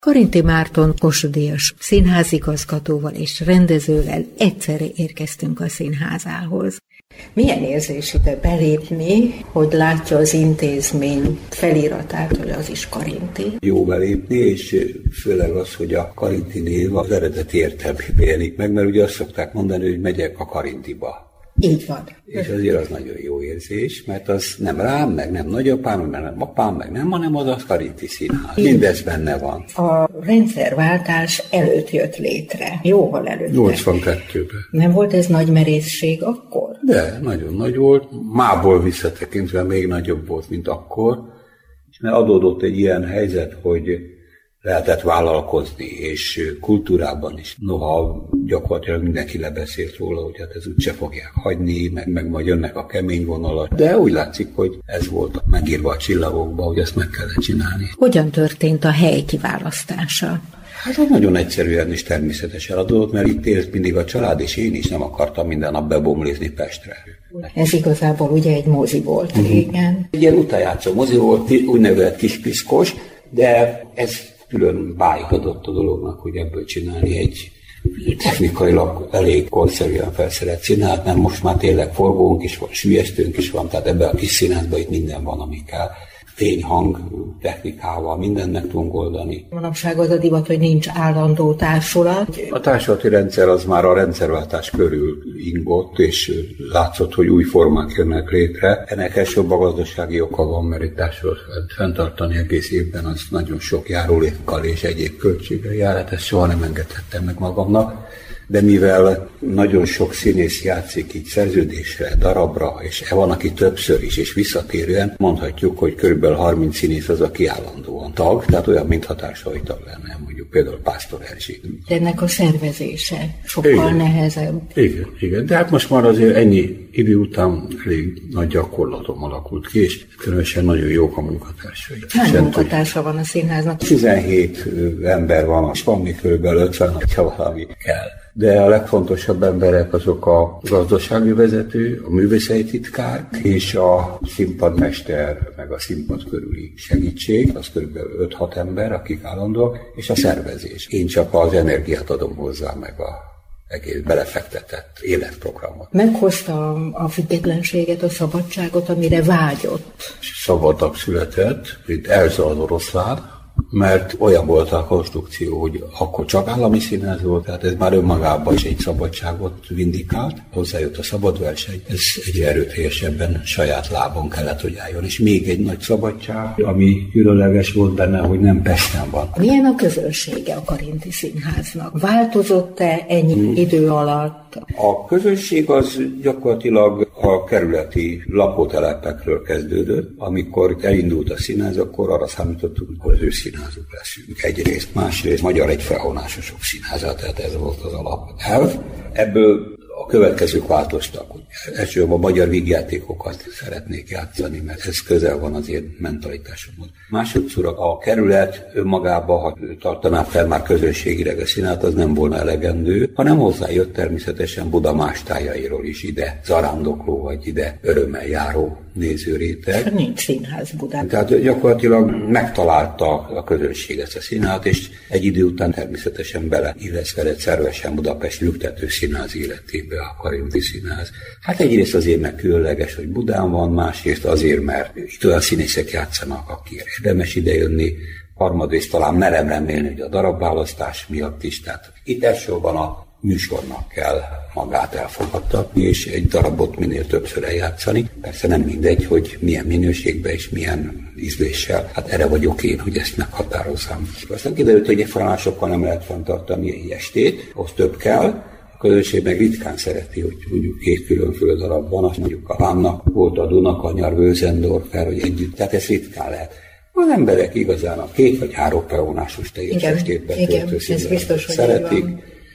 Karinthy Márton Kossuth-díjas színházigazgatóval és rendezővel egyszerre érkeztünk a színházához. Milyen érzés ide belépni, hogy látja az intézmény feliratát, hogy az is Karinthy? Jó belépni, és főleg az, hogy a Karinthy név az eredeti értelmében jelenik meg, mert ugye azt szokták mondani, hogy megyek a Karinthyba. Így van. És azért az nagyon jó érzés, mert az nem rám, meg nem nagyapám, meg nem apám, meg nem, hanem az a Karinthy Színház. Mindez benne van. A rendszerváltás előtt jött létre. Jóval előtte. 82-ben. Nem volt ez nagy merészség akkor? De, nagyon nagy volt. Mából visszatekintve még nagyobb volt, mint akkor. És mert adódott egy ilyen helyzet, hogy lehetett vállalkozni, és kultúrában is. Noha gyakorlatilag mindenki lebeszélt róla, hogy hát ez úgyse fogják hagyni, meg majd jönnek a kemény vonalak. De úgy látszik, hogy ez volt megírva a csillagokba, hogy ezt meg kellett csinálni. Hogyan történt a hely kiválasztása? Hát nagyon egyszerűen és természetesen adódott, mert itt élt mindig a család, és én is nem akartam minden nap bebomlézni Pestre. Ez igazából ugye egy mozi volt régen. Egy ilyen utajátszó mozi volt, úgynevezett kispiszkos, de ez külön bájt adott a dolognak, hogy ebből csinálni egy technikailag elég korszerűen felszerelt színházat, mert most már tényleg forgónk is van, sülyeztőnk is van, tehát ebben a kis színházban itt minden van, ami kell. Fény, hang, technikával, mindent meg tudunk oldani. Manapság az a divat, hogy nincs állandó társulat. A társulati rendszer az már a rendszerváltás körül ingott, és látszott, hogy új formák jönnek létre. Ennek elsőbb a gazdasági oka van, mert egy társulatot fenntartani egész évben az nagyon sok járulékkal és egyéb költséggel jár, hát ezt soha nem engedhettem meg magamnak. De mivel nagyon sok színész játszik így szerződésre, darabra, és van, aki többször is, és visszatérően, mondhatjuk, hogy körülbelül 30 színész az, aki állandóan tag, tehát olyan, mintha társadalmi tag lenne, mondjuk például Pásztor Erzsi. De ennek a szervezése sokkal nehezebb. Igen, de hát most már azért ennyi idő után elég nagy gyakorlatom alakult ki, és különösen nagyon jók a munkatársai. Hány munkatársa van a színháznak? 17 ember van, és van még körülbelül 50, ha valami kell. De a legfontosabb emberek azok a gazdasági vezető, a művészeti titkár és a színpadmester, meg a színpad körüli segítség, az kb. 5-6 ember, akik állandóak, és a szervezés. Én csak az energiát adom hozzá, meg a egész belefektetett életprogramot. Meghozta a függetlenséget, a szabadságot, amire vágyott. Szabadnak született, mint Elza az oroszlán, mert olyan volt a konstrukció, hogy akkor csak állami színház volt, tehát ez már önmagában is egy szabadságot vindikált. Hozzájött a szabad verseny, ez egy erőteljesebben saját lábon kellett, hogy álljon. És még egy nagy szabadság, ami különleges volt benne, hogy nem Pesten van. Milyen a közönsége a Karinthy Színháznak? Változott-e ennyi idő alatt? A közönség az gyakorlatilag a kerületi lakótelepekről kezdődött. Amikor elindult a színház, akkor arra számítottunk, hogy az ő színházuk leszünk. Egyrészt, másrészt magyar egyfelvonásosok színháza, tehát ez volt az alapelv. Ebből a következők változtak. Elsősorban a magyar vígjátékokat szeretnék játszani, mert ez közel van az én mentalitásomhoz. Másodszor a kerület önmagában, ha tartaná fel már közönségire a színát, az nem volna elegendő, hanem hozzájött természetesen Buda más tájairól is ide zarándokló, vagy ide örömmel járó nézőréteg. Nincs színház Budán. Tehát gyakorlatilag megtalálta a közönség ezt a színhát, és egy idő után természetesen beleilleszkedett szervesen Budapest lüktető színház életébe a Karinthy Színház. Hát egyrészt azért meg különleges, hogy Budán van, másrészt azért, mert itt olyan színészek játszanak, akik érdemes idejönni, harmadrészt talán merem remélni, hogy a darabválasztás miatt is. Tehát itt elsősorban a műsornak kell magát elfogadtatni, és egy darabot minél többször eljátszani. Persze nem mindegy, hogy milyen minőségben és milyen ízléssel. Hát erre vagyok én, hogy ezt meghatározzam. Aztán kiderült, hogy egyformásokkal nem lehet fenntartani egy estét, ahhoz több kell. A közönség meg ritkán szereti, hogy mondjuk 2 különféle darab van, azt mondjuk a Vámnak volt a Dunakanyar, Vőzendorfer, hogy együtt, tehát ez ritkán lehet. Az emberek igazán a 2 vagy 3 peonásos teljes estétben töltő színházat szeretik.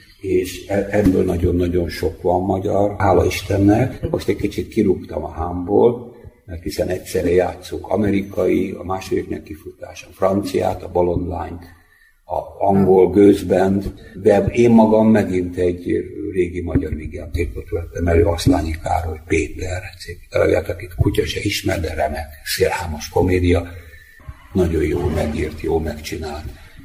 És ebből nagyon-nagyon sok van magyar, hála Istennek. Most egy kicsit kirúgtam a hámból, mert hiszen egyszerre játszunk amerikai, a második nekifutás, a franciát, a Balondlányt, a angol gőzband, de én magam megint egy régi magyar vígjátékot vettem elő, Aszlányi Károly Péter, szép darabját, akit kutya se ismer, de remek, szélhámos komédia, nagyon jó megírt, jó megcsinált.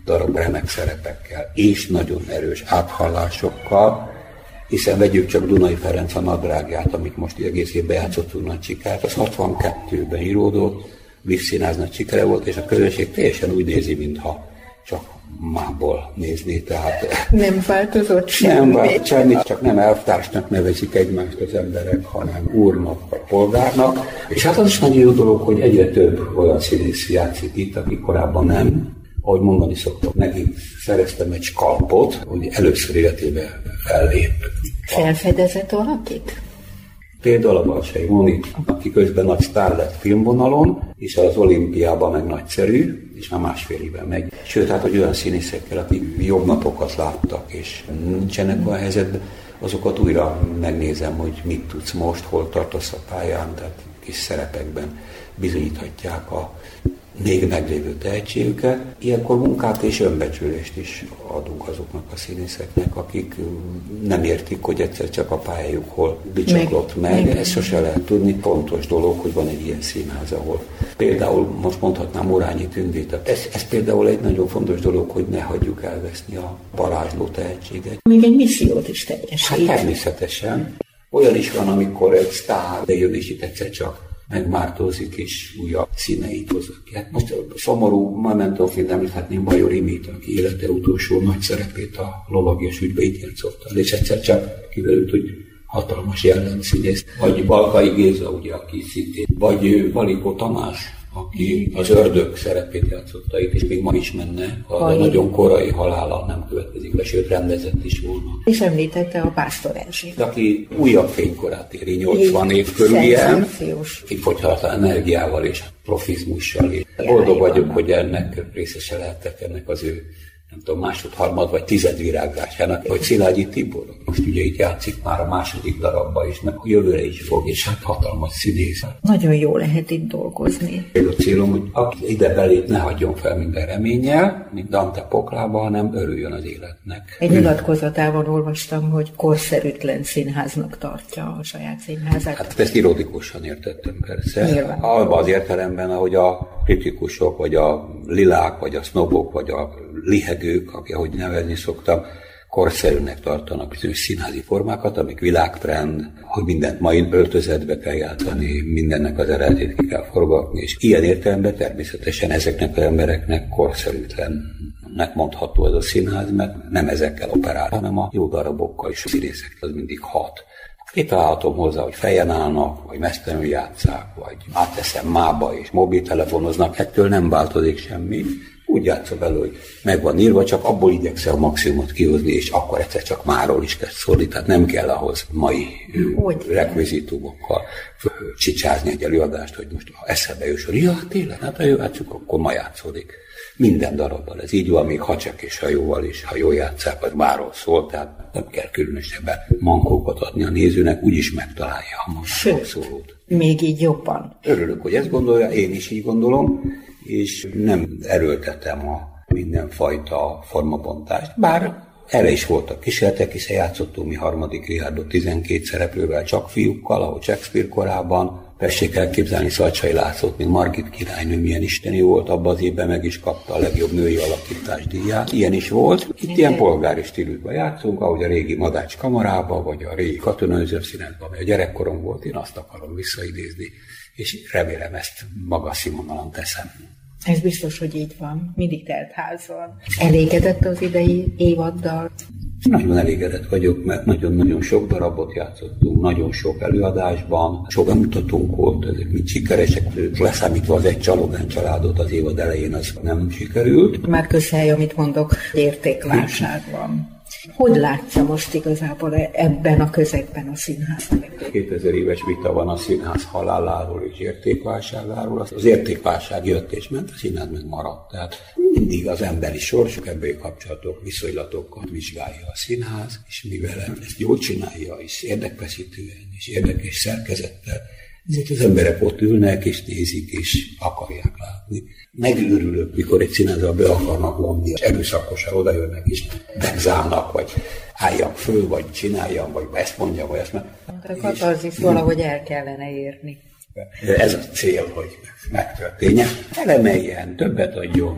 darab remek szerepekkel, és nagyon erős áthallásokkal, hiszen vegyük csak Dunai Ferenc a Nadrágját, amit most egész évben játszottunk nagy sikert, az 62-ben íródott, Vígszínház nagy sikere volt, és a közönség teljesen úgy nézi, mintha csak mából nézni, tehát... Nem változott semmi. Nem változott semmit, csak nem elvtársnak nevezik egymást az emberek, hanem úrnak vagy polgárnak. És hát az is nagyon jó dolog, hogy egyre több olyan színész játszik itt, aki korábban nem. Ahogy mondani szoktam, megint szereztem egy skalpot, hogy először életében fellép. Felfedezett valakit? Például a Balsai Móni, aki közben nagy sztár lett filmvonalon, és az olimpiában meg nagyszerű, és már másfél éve megy. Sőt, hát, hogy olyan színészekkel, akik jobb napokat láttak, és nincsenek olyan helyzetben, azokat újra megnézem, hogy mit tudsz most, hol tartasz a pályán, tehát kis szerepekben bizonyíthatják a még meglévő tehetségüket. Ilyenkor munkát és önbecsülést is adunk azoknak a színészeknek, akik nem értik, hogy egyszer csak a pályájuk hol bicsaklott meg. Ezt sose lehet tudni. Pontos dolog, hogy van egy ilyen színház, ahol például most mondhatnám Orányi Tündét. Ez például egy nagyon fontos dolog, hogy ne hagyjuk elveszni a varázsló tehetséget. Még egy missziót is teljesít. Hát természetesen. Olyan is van, amikor egy sztár jön, és itt egyszer csak megmártózik, és újabb színeit hoznak ki. Hát most a szomorú Momentumfilm említhetném Bajor Imit, aki élete utolsó nagy szerepét a Lovagias ügybe itt játszotta. És egyszer csak kiderült, hogy hatalmas jellemszínész. Vagy Balkai Géza, ugye, aki szintén. Vagy Valikó Tamás, aki az ördög szerepét játszotta itt, és még ma is menne, a nagyon korai halála nem következik be, sőt rendezett is volna. És említette a Pásztor Erzsébet, aki újabb fénykorát éri, 80 év körül ilyen, kifogyhatatlan energiával és profizmussal. Boldog vagyok, hogy ennek részese lehettek ennek az ő, nem tudom, másod-harmad vagy tized virágzásának, vagy Szilágyi Tibor. Most ugye itt játszik már a második darabba is, meg jövőre is fog, és hát hatalmas színész. Nagyon jó lehet itt dolgozni. A célom, hogy aki ide belép, ne hagyjon fel minden reménnyel, mint Dante poklába, hanem örüljön az életnek. Egy nyilatkozatában olvastam, hogy korszerűtlen színháznak tartja a saját színházát. Hát ezt ironikusan értettem persze. Abban az értelemben, ahogy a kritikusok, vagy a lilák, vagy a sznobok, vagy a lihegők, ahogy nevezni szoktam, korszerűnek tartanak bizonyos színházi formákat, amik világtrend, hogy mindent mai öltözetbe kell játszani, mindennek az eredetét ki kell forgatni, és ilyen értelemben természetesen ezeknek az embereknek korszerűtlennek mondható ez a színház, mert nem ezekkel operál, hanem a jó darabokkal és a színészek, az mindig hat. Kitalálhatom hozzá, hogy fejen állnak, vagy mesztelenül játsszák, vagy átteszem mába és mobiltelefonoznak, ettől nem változik semmi. Úgy játszom elő, hogy meg van írva, csak abból igyekszem a maximumot kihozni, és akkor egyszer csak máról is kezd szólni, tehát nem kell ahhoz mai rekvizitumokkal csicsázni egy előadást, hogy most ha eszembe jusson, ja, tényleg, hát ha játszunk, akkor ma játszódik. Minden darabban ez így van, még hacsak és hajóval is, ha jól játsszák, az máról szól, tehát nem kell különösebben mankókat adni a nézőnek, úgyis megtalálja a magáról szólót. Még így jobban. Örülök, hogy ezt gondolja, én is így gondolom, és nem erőltetem a mindenfajta formabontást, bár erre is voltak kísérletek, hiszen játszottunk mi harmadik Richardot 12 szereplővel, csak fiúkkal, ahogy Shakespeare korában. Tessék elképzelni Szalcsai Lászlót, mint Margit királynő, milyen isteni volt, abban az évben meg is kapta a legjobb női alakítás díját. Ilyen is volt. Itt ilyen polgári stílusban játszunk, ahogy a régi Madács kamarában, vagy a régi Katonaőzőr Színházban, vagy a gyerekkorom volt, én azt akarom visszaidézni, és remélem ezt magas színvonalon teszem. Ez biztos, hogy így van. Mindig telt ház van. Elégedett az idei évaddal? Nagyon elégedett vagyok, mert nagyon-nagyon sok darabot játszottunk, nagyon sok előadásban, sok bemutatónk volt, ezek mind sikeresek, leszámítva az Egy Csalógány családot az évad elején, az nem sikerült. Már közhely, amit mondok, értékválság van. Hogy látja most igazából ebben a közegben a színház? 2000 éves vita van a színház haláláról és értékválságáról. Az értékválság jött és ment, a színház meg maradt. Tehát mindig az emberi sorsok, ebből kapcsolatok, viszonylatokat vizsgálja a színház, és mivel ezt jól csinálja, és érdekfeszítően, és érdekes szerkezettel, ezért az emberek ott ülnek, és nézik, és akarják látni. Megőrülök, mikor egy színházba be akarnak vonni, és erőszakosan odajönnek, és megzárnak, vagy álljak föl, vagy csináljam, vagy ezt mondjam, vagy ezt meg. A katarzis valahogy el kellene érni. Ez a cél, hogy megtörténjen. Elemeljen, többet adjon,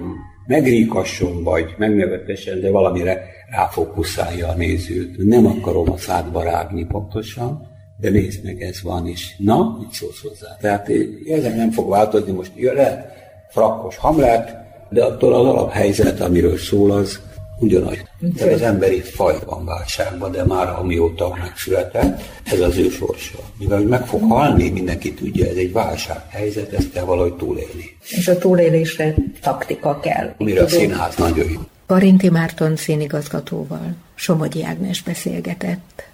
megríkasson, vagy megnevetesen, de valamire ráfókuszálja a nézőt. Nem akarom a szádba rágni pontosan, de nézd meg, ez van is. Na, mit szólsz hozzá? Tehát ezen nem fog változni, most lehet frakkos Hamlet, de attól az alaphelyzet, amiről szól, az ugyanaz. Tehát az emberi faj van válságban, de már amióta megszületett, ez az ő sorsa. Mivel meg fog halni, mindenki tudja, ez egy válsághelyzet, ezt kell valahogy túlélni. És a túlélésre taktika kell. Amire a színház nagyon jó. Karinti Márton színigazgatóval Somogyi Ágnes beszélgetett.